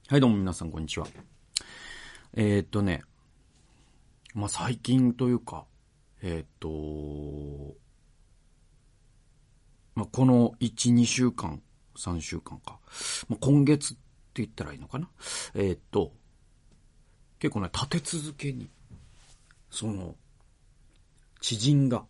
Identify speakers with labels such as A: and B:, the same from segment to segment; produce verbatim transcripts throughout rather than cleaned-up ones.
A: はい、どうも皆さん、こんにちは。えー、っとね、まあ、最近というか、えー、っと、まあ、このいち、にしゅうかん、さんしゅうかんか。まあ、今月って言ったらいいのかな。えー、っと、結構ね、立て続けに、その、知人が、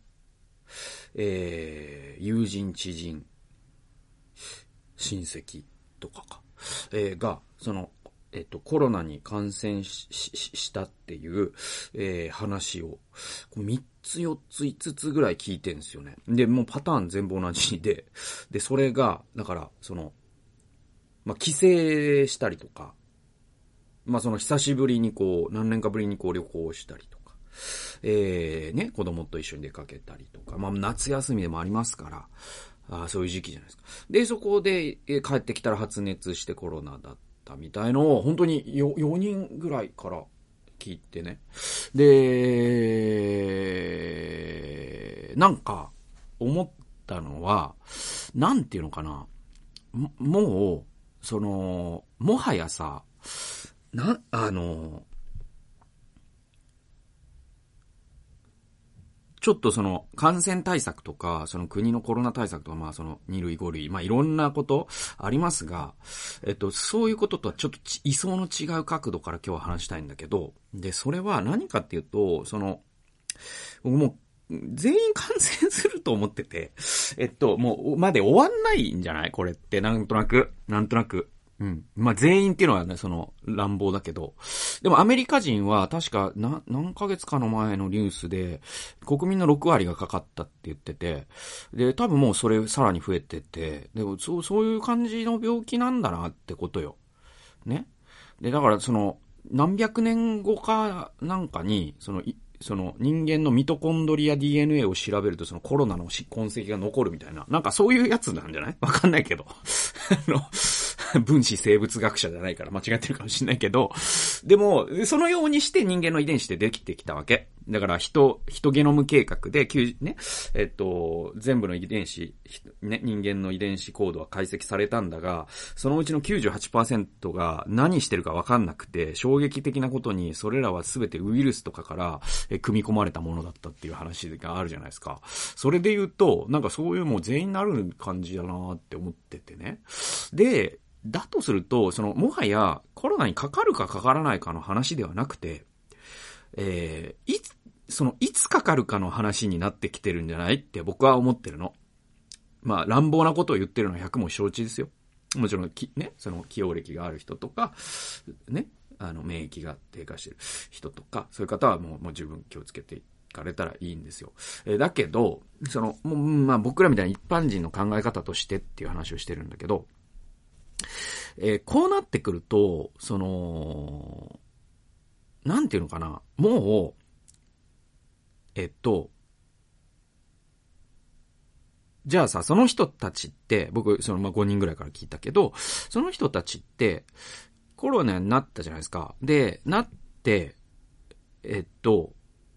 A: えー、友人、知人、親戚とかか、えー、が、その、えっと、コロナに感染し、し、したっていう、えー、話を、みっつよっついつつぐらい聞いてんですよね。で、もうパターン全部同じで、で、それが、だから、その、まあ、帰省したりとか、まあ、その久しぶりにこう、何年かぶりにこう旅行したりとか、えー、ね、子供と一緒に出かけたりとか、まあ、夏休みでもありますから、あそういう時期じゃないですか。で、そこで、えー、帰ってきたら発熱してコロナだったみたいのを、本当に よ, よにんぐらいから聞いてね。で、なんか、思ったのは、なんていうのかな。もう、その、もはやさ、な、あの、ちょっとその感染対策とか、その国のコロナ対策とか、まあそのに類ご類、まあいろんなことありますが、えっと、そういうこととはちょっと位相の違う角度から今日は話したいんだけど、で、それは何かっていうと、その、僕もう全員感染すると思ってて、えっと、もう、まで終わんないんじゃないこれって、なんとなく、なんとなく。うん。まあ、全員っていうのはね、その、乱暴だけど。でもアメリカ人は確か、な、何ヶ月かの前のニュースで、国民のろく割がかかったって言ってて、で、多分もうそれさらに増えてて、でも、そう、そういう感じの病気なんだなってことよ。ね。で、だからその、何百年後かなんかに、その、その人間のミトコンドリア ディーエヌエー を調べるとそのコロナの痕跡が残るみたいな、なんかそういうやつなんじゃないわかんないけど。あの、分子生物学者じゃないから間違ってるかもしれないけど、でも、そのようにして人間の遺伝子ってできてきたわけ。だから人、人ゲノム計画で、ね、えっと、全部の遺伝子、ね、人間の遺伝子コードは解析されたんだが、そのうちの きゅうじゅうはちパーセント が何してるかわかんなくて、衝撃的なことに、それらは全てウイルスとかからえ組み込まれたものだったっていう話があるじゃないですか。それで言うと、なんかそういうもう全員なる感じだなって思っててね。で、だとすると、その、もはやコロナにかかるかかからないかの話ではなくて、えー、いつ、その、いつかかるかの話になってきてるんじゃないって僕は思ってるの。まあ、乱暴なことを言ってるのは百も承知ですよ。もちろん、き、ね、その、起用歴がある人とか、ね、あの、免疫が低下してる人とか、そういう方はもう、もう十分気をつけていかれたらいいんですよ。えー、だけど、その、もう、まあ僕らみたいな一般人の考え方としてっていう話をしてるんだけど、えー、こうなってくると、その、なんていうのかな、もう、えっと、じゃあさ、その人たちって、僕、そのまあごにんぐらいから聞いたけど、その人たちって、コロナになったじゃないですか。で、なって、えっと、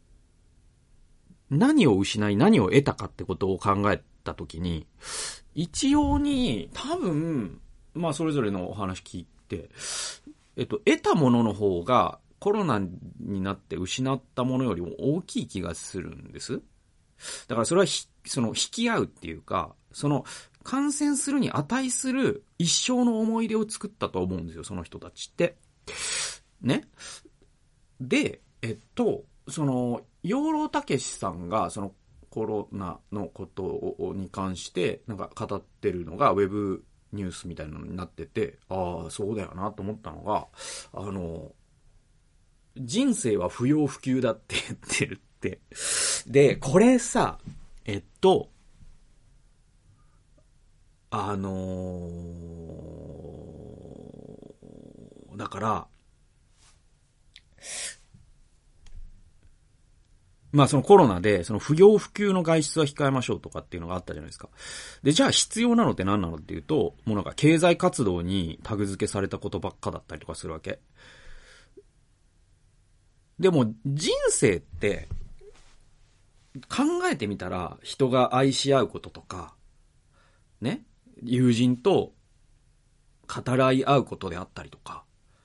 A: 何を失い何を得たかってことを考えたときに、一様に、多分、まあそれぞれのお話聞いて、えっと、得たものの方が、コロナになって失ったものよりも大きい気がするんです。だからそれはひ、その引き合うっていうか、その感染するに値する一生の思い出を作ったと思うんですよ、その人たちって。ね。で、えっと、その、養老たけしさんが、そのコロナのことに関して、なんか語ってるのがウェブニュースみたいなのになってて、ああ、そうだよなと思ったのが、あの、人生は不要不急だって言ってるって。で、これさ、えっと、あのー、だから、まあそのコロナで、その不要不急の外出は控えましょうとかっていうのがあったじゃないですか。で、じゃあ必要なのって何なのっていうと、もうなんか経済活動にタグ付けされたことばっかだったりとかするわけ。でも人生って、考えてみたら人が愛し合うこととか、ね、友人と語らい合うことであったりとか、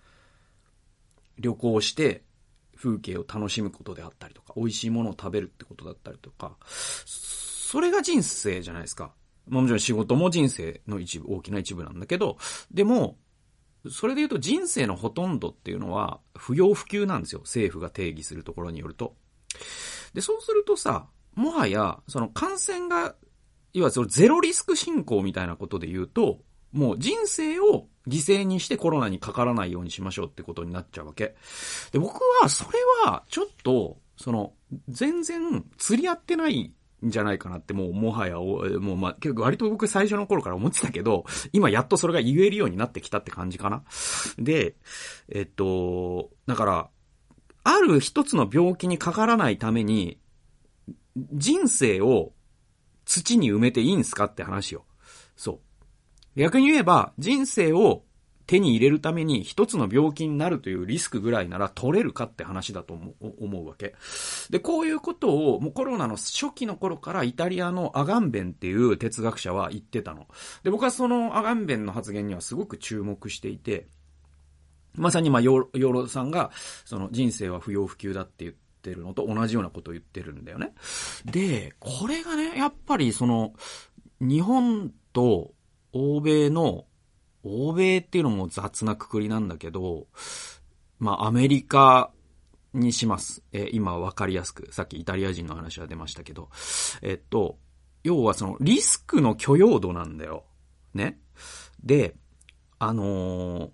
A: 旅行して風景を楽しむことであったりとか、美味しいものを食べるってことだったりとか、それが人生じゃないですか。もちろん仕事も人生の一部、大きな一部なんだけど、でも、それで言うと人生のほとんどっていうのは不要不急なんですよ。政府が定義するところによると。で、そうするとさ、もはや、その感染が、いわゆるそのゼロリスク進行みたいなことで言うと、もう人生を犠牲にしてコロナにかからないようにしましょうってことになっちゃうわけ。で、僕はそれはちょっと、その、全然釣り合ってないんじゃないかなって、もうもはや、もうまあ、結構割と僕最初の頃から思ってたけど、今やっとそれが言えるようになってきたって感じかな。で、えっと、だから、ある一つの病気にかからないために、人生を土に埋めていいんすかって話よ。そう。逆に言えば、人生を手に入れるために一つの病気になるというリスクぐらいなら取れるかって話だと思う、思うわけ。で、こういうことをもうコロナの初期の頃からイタリアのアガンベンっていう哲学者は言ってたの。で、僕はそのアガンベンの発言にはすごく注目していて、まさにまあヨーロさんがその人生は不要不急だって言ってるのと同じようなことを言ってるんだよね。で、これがね、やっぱりその日本と欧米の、欧米っていうのも雑なくくりなんだけど、まあアメリカにします。えー、今わかりやすく、さっきイタリア人の話は出ましたけど、えっと、要はそのリスクの許容度なんだよ。ね。で、あのー、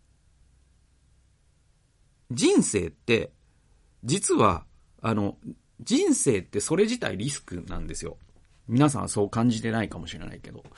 A: 人生って、実は、あの、人生ってそれ自体リスクなんですよ。皆さんはそう感じてないかもしれないけど。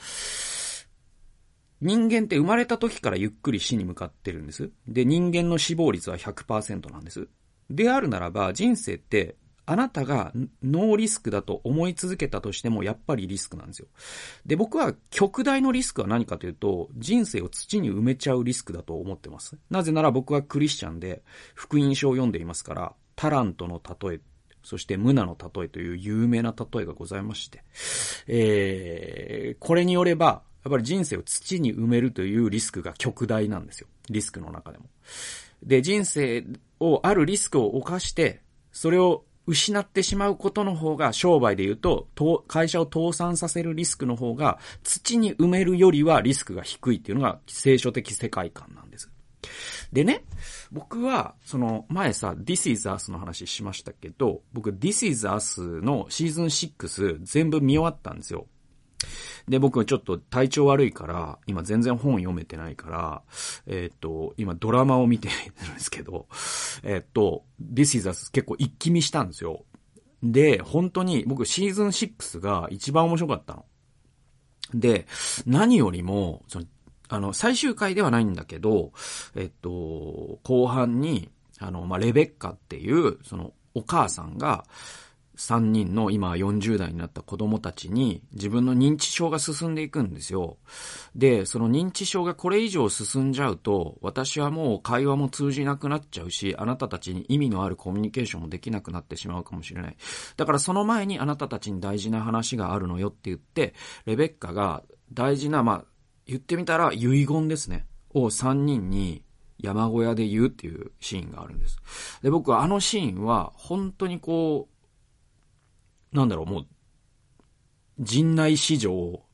A: 人間って生まれた時からゆっくり死に向かってるんです。で、人間の死亡率は ひゃくパーセント なんです。であるならば、人生って、あなたがノーリスクだと思い続けたとしても、やっぱりリスクなんですよ。で、僕は極大のリスクは何かというと、人生を土に埋めちゃうリスクだと思ってます。なぜなら僕はクリスチャンで、福音書を読んでいますから、タラントの例え、そしてムナの例えという有名な例えがございまして、えー、これによれば、やっぱり人生を土に埋めるというリスクが極大なんですよ。リスクの中でも。で、人生をあるリスクを冒して、それを失ってしまうことの方が、商売で言うと、会社を倒産させるリスクの方が、土に埋めるよりはリスクが低いっていうのが聖書的世界観なんです。でね、僕は、その前さ、This is Us の話しましたけど、僕 This is Us のシーズンシックス全部見終わったんですよ。で、僕ちょっと体調悪いから、今全然本読めてないから、えっと、今ドラマを見てるんですけど、えっと、This is Us 結構一気見したんですよ。で、本当に僕シーズンシックスが一番面白かったの。で、何よりも、その、あの、最終回ではないんだけど、えっと、後半に、あの、まあ、レベッカっていう、その、お母さんが、さんにんの今よんじゅう代になった子供たちに自分の認知症が進んでいくんですよ。で、その認知症がこれ以上進んじゃうと、私はもう会話も通じなくなっちゃうし、あなたたちに意味のあるコミュニケーションもできなくなってしまうかもしれない。だからその前にあなたたちに大事な話があるのよって言って、レベッカが大事な、まあ、言ってみたら遺言ですね。をさんにんに山小屋で言うっていうシーンがあるんです。で、僕はあのシーンは本当にこう、なんだろう、もう、陣内史上、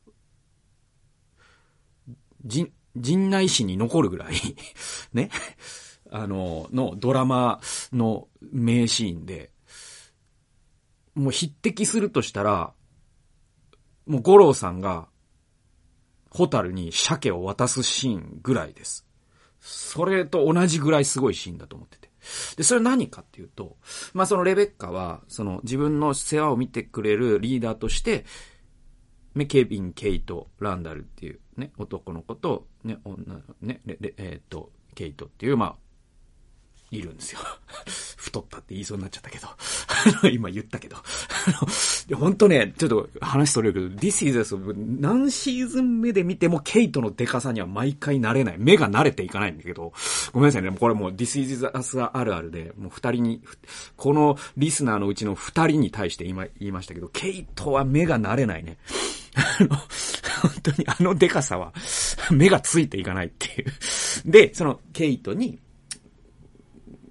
A: 陣、陣内史に残るぐらい、ね、あの、のドラマの名シーンで、もう匹敵するとしたら、もう五郎さんが、ホタルに鮭を渡すシーンぐらいです。それと同じぐらいすごいシーンだと思ってて。で、それは何かっていうと、まあそのレベッカは、その自分の世話を見てくれるリーダーとして、ケビン、ケイト、ランダルっていうね、男の子と、ね、女のね、えっと、ケイトっていう、まあ、いるんですよ。太ったって言いそうになっちゃったけど。今言ったけど。ほんとね、ちょっと話それるけど、This is Us 何シーズン目で見てもケイトのデカさには毎回慣れない。目が慣れていかないんだけど。ごめんなさいね。これもう This is Us あるあるで、もう二人に、このリスナーのうちの二人に対して今言いましたけど、ケイトは目が慣れないね。あの、本当にあのデカさは目がついていかないっていう。で、そのケイトに、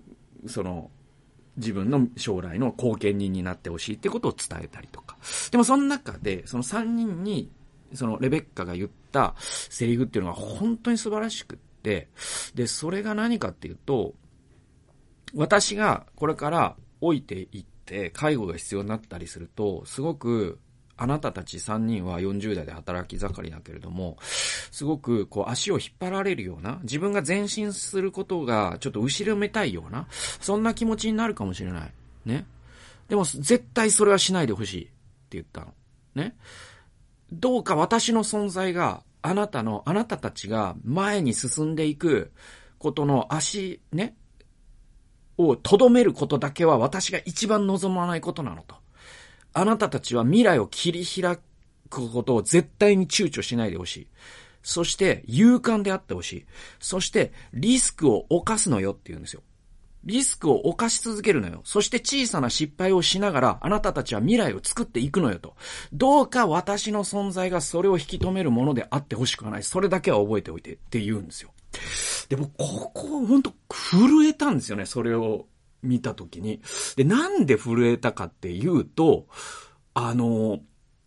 A: その、自分の将来の後見人になってほしいってことを伝えたりとか。でもその中で、そのさんにんに、そのレベッカが言ったセリフっていうのが本当に素晴らしくって、で、それが何かっていうと、私がこれから老いていって介護が必要になったりすると、すごく、あなたたちさんにんはよんじゅう代で働き盛りだけれども、すごくこう足を引っ張られるような、自分が前進することがちょっと後ろめたいような、そんな気持ちになるかもしれない。ね。でも絶対それはしないでほしいって言ったの。ね。どうか私の存在が、あなたの、あなたたちが前に進んでいくことの足、ね、を留めることだけは私が一番望まないことなのと。あなたたちは未来を切り開くことを絶対に躊躇しないでほしい。そして勇敢であってほしい。そしてリスクを冒すのよって言うんですよ。リスクを冒し続けるのよ。そして小さな失敗をしながらあなたたちは未来を作っていくのよと。どうか私の存在がそれを引き止めるものであってほしくはない。それだけは覚えておいてって言うんですよ。でもここほんと震えたんですよね。それを見たときに。で、なんで震えたかっていうと、あの、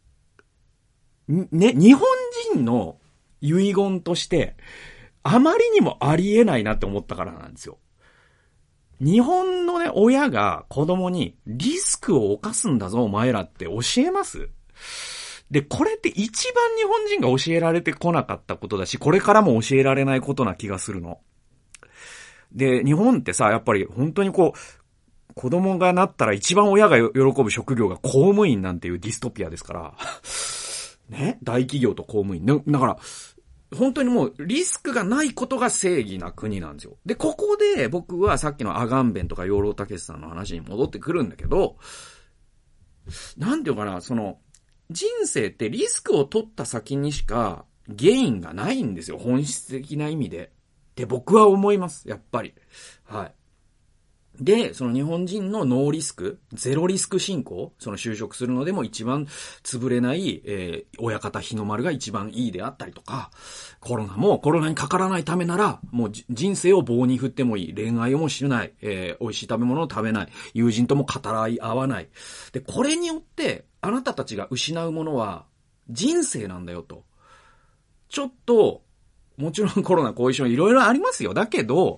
A: ね、日本人の遺言として、あまりにもありえないなって思ったからなんですよ。日本のね、親が子供にリスクを犯すんだぞ、お前らって教えます？で、これって一番日本人が教えられてこなかったことだし、これからも教えられないことな気がするの。で、日本ってさ、やっぱり本当にこう、子供がなったら一番親が喜ぶ職業が公務員なんていうディストピアですから。ね、大企業と公務員。だから、本当にもうリスクがないことが正義な国なんですよ。で、ここで僕はさっきのアガンベンとか養老孟司さんの話に戻ってくるんだけど、なんていうかな、その、人生ってリスクを取った先にしかゲインがないんですよ。本質的な意味で。って僕は思います。やっぱり。はい。で、その日本人のノーリスク、ゼロリスク進行、その就職するのでも一番潰れない、えー、親方日の丸が一番いいであったりとか、コロナもコロナにかからないためなら、もう人生を棒に振ってもいい、恋愛をもしない、えー、美味しい食べ物を食べない、友人とも語らい合わない。で、これによって、あなたたちが失うものは人生なんだよと。ちょっと、もちろんコロナ後遺症いろいろありますよ。だけど、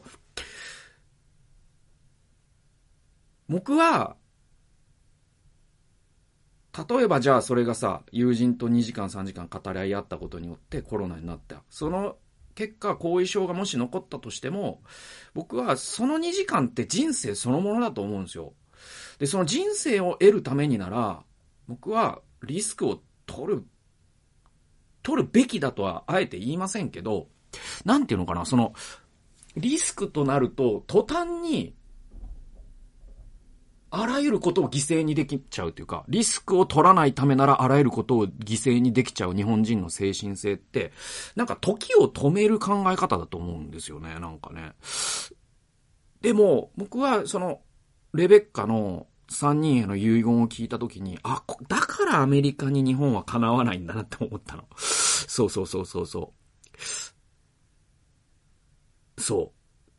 A: 僕は、例えばじゃあそれがさ、友人とにじかんさんじかん語り合い合ったことによってコロナになった。その結果後遺症がもし残ったとしても、僕はそのにじかんって人生そのものだと思うんですよ。で、その人生を得るためになら、僕はリスクを取る、取るべきだとはあえて言いませんけど、なんていうのかな、その、リスクとなると途端に、あらゆることを犠牲にできちゃうというか、リスクを取らないためならあらゆることを犠牲にできちゃう日本人の精神性って、なんか時を止める考え方だと思うんですよね、なんかね。でも、僕はその、レベッカのさんにんへの遺言を聞いたときに、あ、だからアメリカに日本はかなわないんだなって思ったの。そうそうそうそうそう。そう。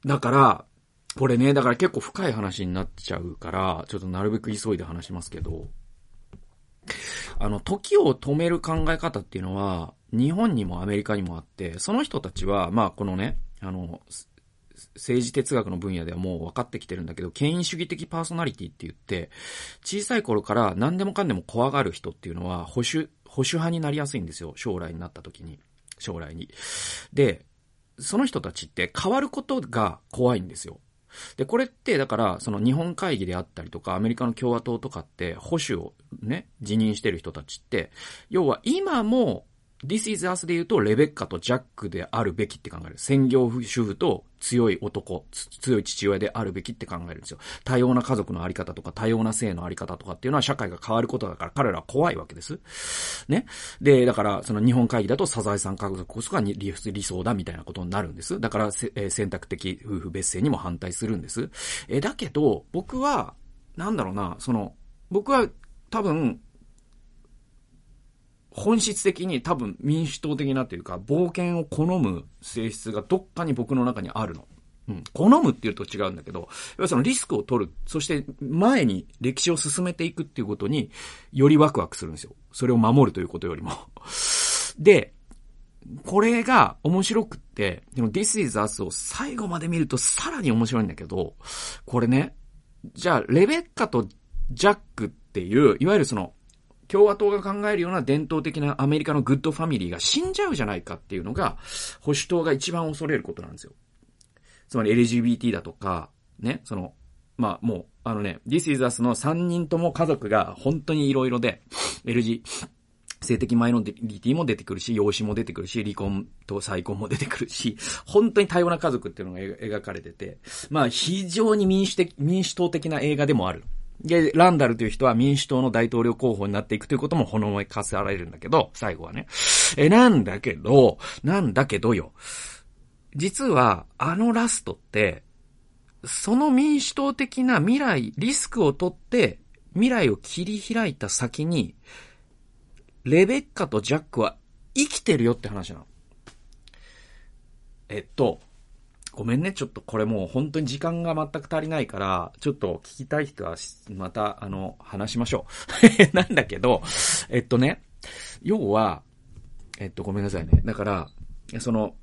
A: だから、これね、だから結構深い話になっちゃうから、ちょっとなるべく急いで話しますけど、あの、時を止める考え方っていうのは、日本にもアメリカにもあって、その人たちは、まあこのね、あの、政治哲学の分野ではもう分かってきてるんだけど、権威主義的パーソナリティって言って、小さい頃から何でもかんでも怖がる人っていうのは保守、保守派になりやすいんですよ。将来になった時に。将来に。で、その人たちって変わることが怖いんですよ。で、これって、だから、その日本会議であったりとか、アメリカの共和党とかって、保守をね、辞任してる人たちって、要は今も、This is Us で言うと、レベッカとジャックであるべきって考える。専業主婦と強い男、強い父親であるべきって考えるんですよ。多様な家族のあり方とか、多様な性のあり方とかっていうのは社会が変わることだから、彼らは怖いわけです。ね。で、だから、その日本会議だとサザエさん家族こそが理想だみたいなことになるんです。だから、えー、選択的夫婦別姓にも反対するんです。えー、だけど、僕は、なんだろうな、その、僕は多分、本質的に多分民主党的なというか、冒険を好む性質がどっかに僕の中にあるの。 うん。好むっていうと違うんだけど、要はそのリスクを取る、そして前に歴史を進めていくっていうことによりワクワクするんですよ。それを守るということよりも。で、これが面白くって、でも This is Us を最後まで見るとさらに面白いんだけど、これね、じゃあレベッカとジャックっていう、いわゆるその、共和党が考えるような伝統的なアメリカのグッドファミリーが死んじゃうじゃないかっていうのが、保守党が一番恐れることなんですよ。つまり エルジービーティー だとか、ね、その、まあもう、あのね、This is Us のさんにんとも家族が本当にいろいろで、エルジー、性的マイノリティも出てくるし、養子も出てくるし、離婚と再婚も出てくるし、本当に多様な家族っていうのが描かれてて、まあ非常に民主的、民主党的な映画でもある。で、ランダルという人は民主党の大統領候補になっていくということもほのめかせられるんだけど、最後はね。え、なんだけど、なんだけどよ。実は、あのラストって、その民主党的な未来、リスクを取って、未来を切り開いた先に、レベッカとジャックは生きてるよって話なの。えっと、ごめんね、ちょっとこれもう本当に時間が全く足りないから、ちょっと聞きたい人はまた、あの、話しましょう。なんだけど、えっとね、要は、えっと、ごめんなさいね。だから、その、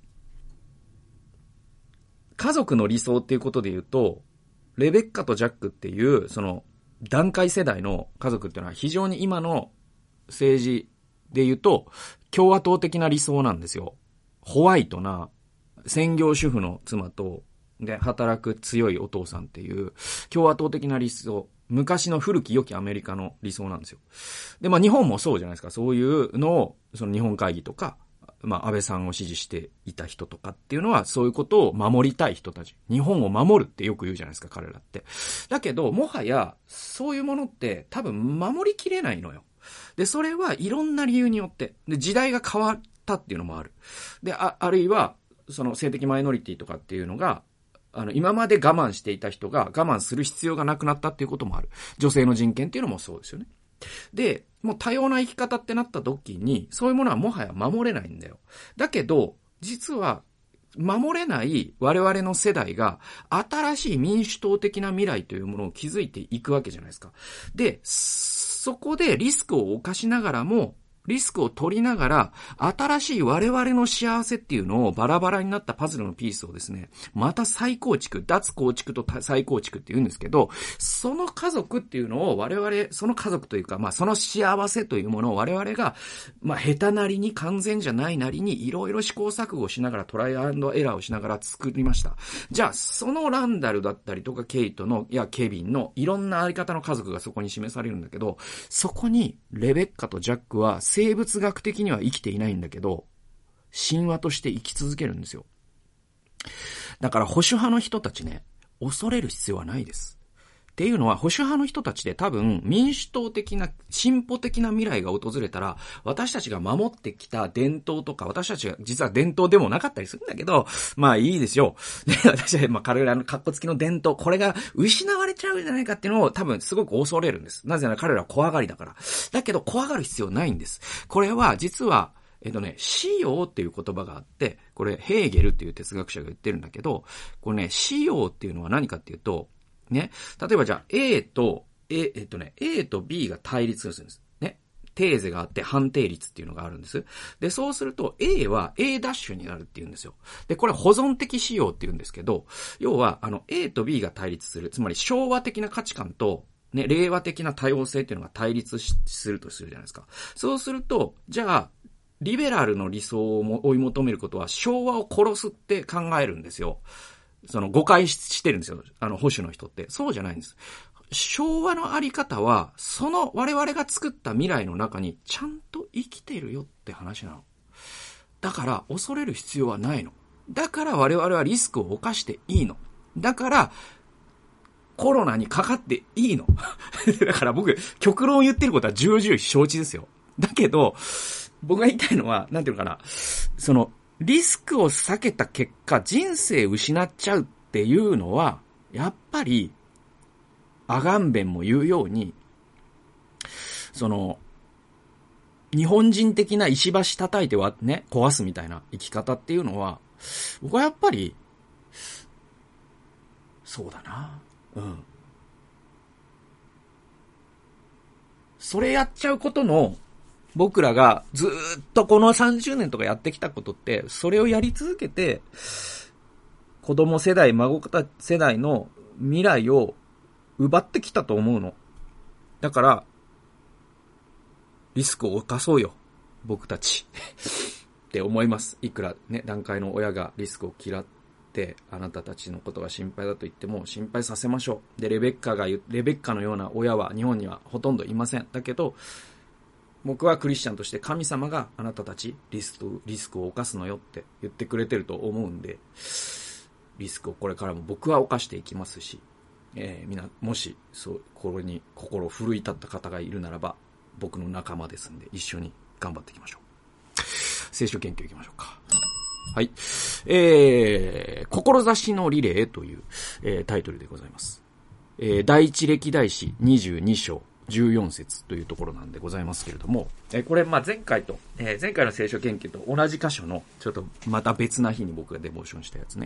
A: 家族の理想っていうことで言うと、レベッカとジャックっていう、その、団塊世代の家族っていうのは非常に今の政治で言うと、共和党的な理想なんですよ。ホワイトな、専業主婦の妻と、で、働く強いお父さんっていう、共和党的な理想。昔の古き良きアメリカの理想なんですよ。で、まあ日本もそうじゃないですか。そういうのを、その日本会議とか、まあ安倍さんを支持していた人とかっていうのは、そういうことを守りたい人たち。日本を守るってよく言うじゃないですか、彼らって。だけど、もはや、そういうものって多分守りきれないのよ。で、それはいろんな理由によって。で、時代が変わったっていうのもある。で、あ、あるいは、その性的マイノリティとかっていうのが、あの、今まで我慢していた人が我慢する必要がなくなったっていうこともある。女性の人権っていうのもそうですよね。で、もう多様な生き方ってなった時に、そういうものはもはや守れないんだよ。だけど、実は、守れない我々の世代が新しい民主党的な未来というものを築いていくわけじゃないですか。で、そこでリスクを冒しながらも、リスクを取りながら、新しい我々の幸せっていうのをバラバラになったパズルのピースをですね、また再構築、脱構築と再構築って言うんですけど、その家族っていうのを我々、その家族というか、まあその幸せというものを我々が、まあ下手なりに完全じゃないなりにいろいろ試行錯誤しながらトライアンドエラーをしながら作りました。じゃあ、そのランダルだったりとかケイトの、いやケビンのいろんなあり方の家族がそこに示されるんだけど、そこにレベッカとジャックは生物学的には生きていないんだけど、神話として生き続けるんですよ。だから保守派の人たちね、恐れる必要はないです。っていうのは保守派の人たちで多分民主党的な進歩的な未来が訪れたら、私たちが守ってきた伝統とか、私たちが実は伝統でもなかったりするんだけど、まあいいですよ。で、私はまあ彼らのカッコつきの伝統、これが失われちゃうんじゃないかっていうのを多分すごく恐れるんです。なぜなら彼らは怖がりだから。だけど怖がる必要ないんです。これは実はえっとね、使用っていう言葉があって、これヘーゲルっていう哲学者が言ってるんだけど、これね、使用っていうのは何かっていうと、ね。例えばじゃあ A と、A、えっとね、A と B が対立するんです。ね。テーゼがあって判定率っていうのがあるんです。で、そうすると A は A' になるっていうんですよ。で、これ保存的使用って言うんですけど、要はあの A と B が対立する。つまり昭和的な価値観と、ね、令和的な多様性っていうのが対立するとするじゃないですか。そうすると、じゃあ、リベラルの理想を追い求めることは昭和を殺すって考えるんですよ。その誤解してるんですよ。あの保守の人って。そうじゃないんです。昭和のあり方は、その我々が作った未来の中にちゃんと生きてるよって話なの。だから恐れる必要はないの。だから我々はリスクを冒していいの。だから、コロナにかかっていいの。だから僕、極論言ってることは重々承知ですよ。だけど、僕が言いたいのは、なんていうのかな。その、リスクを避けた結果、人生失っちゃうっていうのは、やっぱり、アガンベンも言うように、その、日本人的な石橋叩いてはね、壊すみたいな生き方っていうのは、僕はやっぱり、 そうだな。うん。それやっちゃうことの、僕らがずーっとこのさんじゅうねんとかやってきたことって、それをやり続けて、子供世代、孫方世代の未来を奪ってきたと思うの。だから、リスクを冒そうよ。僕たち。って思います。いくらね、段階の親がリスクを嫌って、あなたたちのことが心配だと言っても心配させましょう。で、レベッカが言う、レベッカのような親は日本にはほとんどいません。だけど、僕はクリスチャンとして神様があなたたちリスク、リスクを冒すのよって言ってくれてると思うんで、リスクをこれからも僕は冒していきますし、えー、みんな、もし、そう、これに心を奮い立った方がいるならば、僕の仲間ですんで、一緒に頑張っていきましょう。聖書研究いきましょうか。はい。えー、志のリレーという、えー、タイトルでございます。えー、第一歴代史にじゅうに章じゅうよん節というところなんでございますけれども、えー、これ、まあ、前回と、えー、前回の聖書研究と同じ箇所の、ちょっとまた別な日に僕がデボーションしたやつね。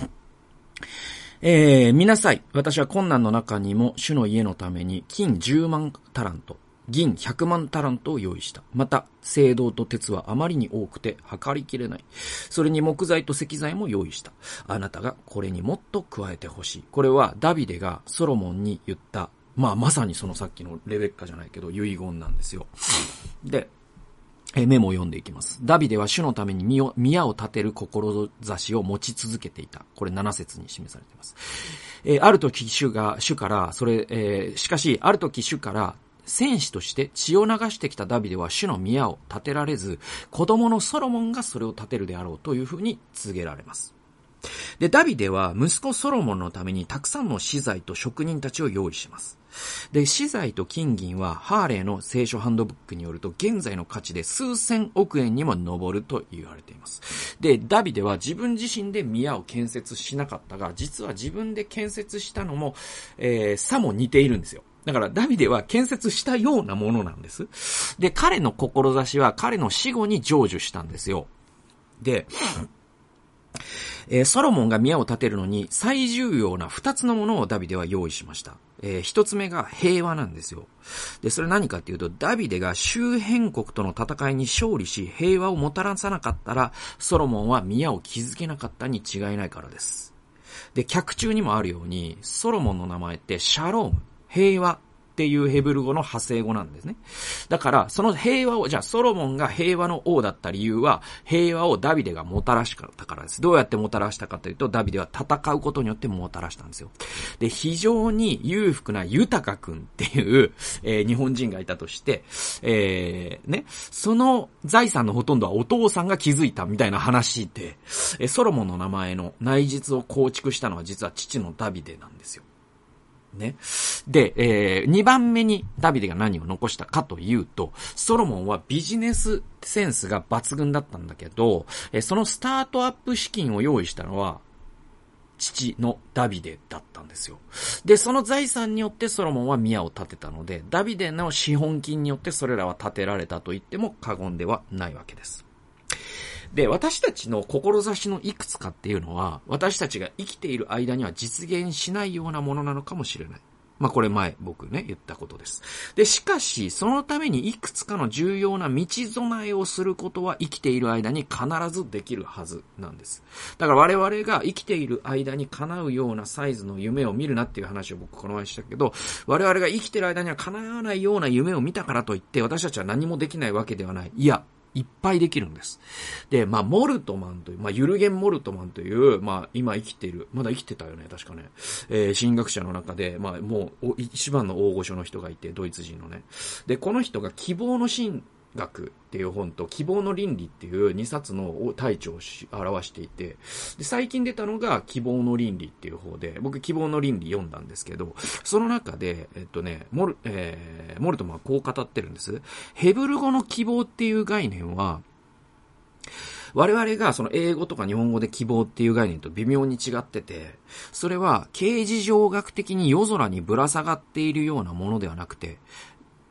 A: えー、見なさい。私は困難の中にも主の家のために金じゅうまんタラント、銀ひゃくまんタラントを用意した。また、青銅と鉄はあまりに多くて測りきれない。それに木材と石材も用意した。あなたがこれにもっと加えてほしい。これはダビデがソロモンに言った、まあまさにそのさっきのレベッカじゃないけど遺言なんですよ。で、えメモを読んでいきます。ダビデは主のために宮を建てる志を持ち続けていた。これなな節に示されています。えー、ある時主が、主から、それ、えー、しかし、ある時主から、戦士として血を流してきたダビデは主の宮を建てられず、子供のソロモンがそれを建てるであろうというふうに告げられます。で、ダビデは息子ソロモンのためにたくさんの資材と職人たちを用意します。で、資材と金銀はハーレーの聖書ハンドブックによると現在の価値で数千億円にも上ると言われています。で、ダビデは自分自身で宮を建設しなかったが、実は自分で建設したのも、えー、さも似ているんですよ。だからダビデは建設したようなものなんです。で、彼の志は彼の死後に成就したんですよ。で、えー、ソロモンが宮を建てるのに最重要な二つのものをダビデは用意しました。えー、一つ目が平和なんですよ。で、それ何かっていうと、ダビデが周辺国との戦いに勝利し、平和をもたらさなかったら、ソロモンは宮を築けなかったに違いないからです。で、脚注にもあるように、ソロモンの名前ってシャローム、平和っていうヘブル語の派生語なんですね。だから、その平和を、じゃあソロモンが平和の王だった理由は、平和をダビデがもたらしたからです。どうやってもたらしたかというと、ダビデは戦うことによってもたらしたんですよ。で、非常に裕福な豊君っていう、えー、日本人がいたとして、えー、ね、その財産のほとんどはお父さんが築いたみたいな話で、えー、ソロモンの名前の内実を構築したのは実は父のダビデなんですよ。ね。で、えー、にばんめにダビデが何を残したかというと、ソロモンはビジネスセンスが抜群だったんだけど、えー、そのスタートアップ資金を用意したのは、父のダビデだったんですよ。で、その財産によってソロモンは宮を建てたので、ダビデの資本金によってそれらは建てられたと言っても過言ではないわけです。で、私たちの志のいくつかっていうのは、私たちが生きている間には実現しないようなものなのかもしれない。まあ、これ前僕ね、言ったことです。で、しかし、そのためにいくつかの重要な道備えをすることは生きている間に必ずできるはずなんです。だから我々が生きている間に叶うようなサイズの夢を見るなっていう話を僕この前したけど、我々が生きている間には叶わないような夢を見たからといって、私たちは何もできないわけではない。いや、いっぱいできるんです。で、まあ、モルトマンという、まあ、ユルゲン・モルトマンという、まあ、今生きている、まだ生きてたよね、確かね。えー、神学者の中で、まあ、もう、一番の大御所の人がいて、ドイツ人のね。で、この人が希望の神学っていう本と希望の倫理っていうにさつの大著を表していて、で、最近出たのが希望の倫理っていう方で、僕希望の倫理読んだんですけど、その中で、えっとね、モル、えー、モルトマンはこう語ってるんです。ヘブル語の希望っていう概念は、我々がその英語とか日本語で希望っていう概念と微妙に違ってて、それは形而上学的に夜空にぶら下がっているようなものではなくて、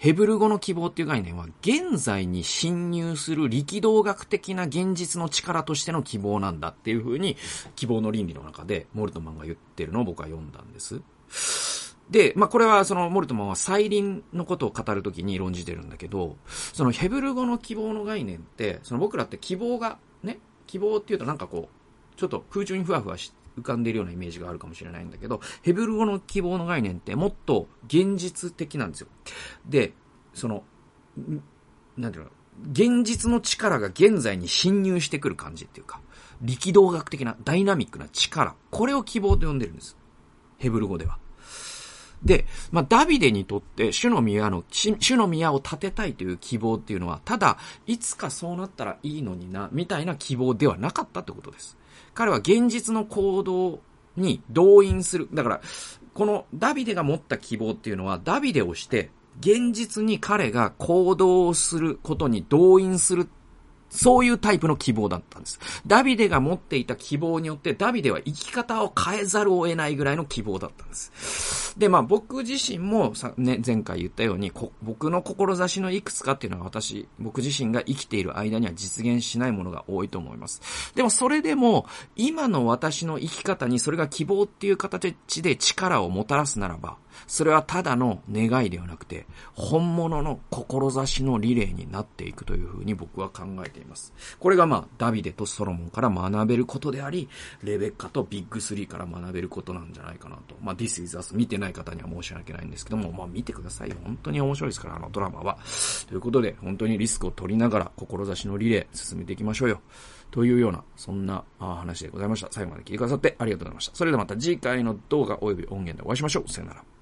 A: ヘブル語の希望っていう概念は、現在に侵入する力道学的な現実の力としての希望なんだっていう風に、希望の倫理の中でモルトマンが言ってるのを僕は読んだんです。で、まあ、これはそのモルトマンは再臨のことを語るときに論じてるんだけど、そのヘブル語の希望の概念って、その僕らって希望が、ね、希望っていうとなんかこう、ちょっと空中にふわふわし浮かんでいるようなイメージがあるかもしれないんだけど、ヘブル語の希望の概念ってもっと現実的なんですよ。で、その、なんていうの、現実の力が現在に侵入してくる感じっていうか、力道学的なダイナミックな力、これを希望と呼んでるんです。ヘブル語では。で、まあ、ダビデにとって主の宮の、主の宮を建てたいという希望っていうのは、ただ、いつかそうなったらいいのにな、みたいな希望ではなかったってことです。彼は現実の行動に動員する。だから、このダビデが持った希望っていうのは、ダビデをして、現実に彼が行動することに動員する。そういうタイプの希望だったんです。ダビデが持っていた希望によって、ダビデは生き方を変えざるを得ないぐらいの希望だったんです。で、まあ僕自身もさ、ね、前回言ったように、僕の志のいくつかっていうのは私、僕自身が生きている間には実現しないものが多いと思います。でもそれでも、今の私の生き方にそれが希望っていう形で力をもたらすならば、それはただの願いではなくて、本物の志のリレーになっていくというふうに僕は考えています。これがまあ、ダビデとソロモンから学べることであり、レベッカとビッグスリーから学べることなんじゃないかなと。まあ、This is Us 見てない方には申し訳ないんですけども、まあ見てくださいよ。本当に面白いですから、あのドラマは。ということで、本当にリスクを取りながら、志のリレー進めていきましょうよ。というような、そんな話でございました。最後まで聞いてくださってありがとうございました。それではまた次回の動画及び音源でお会いしましょう。さよなら。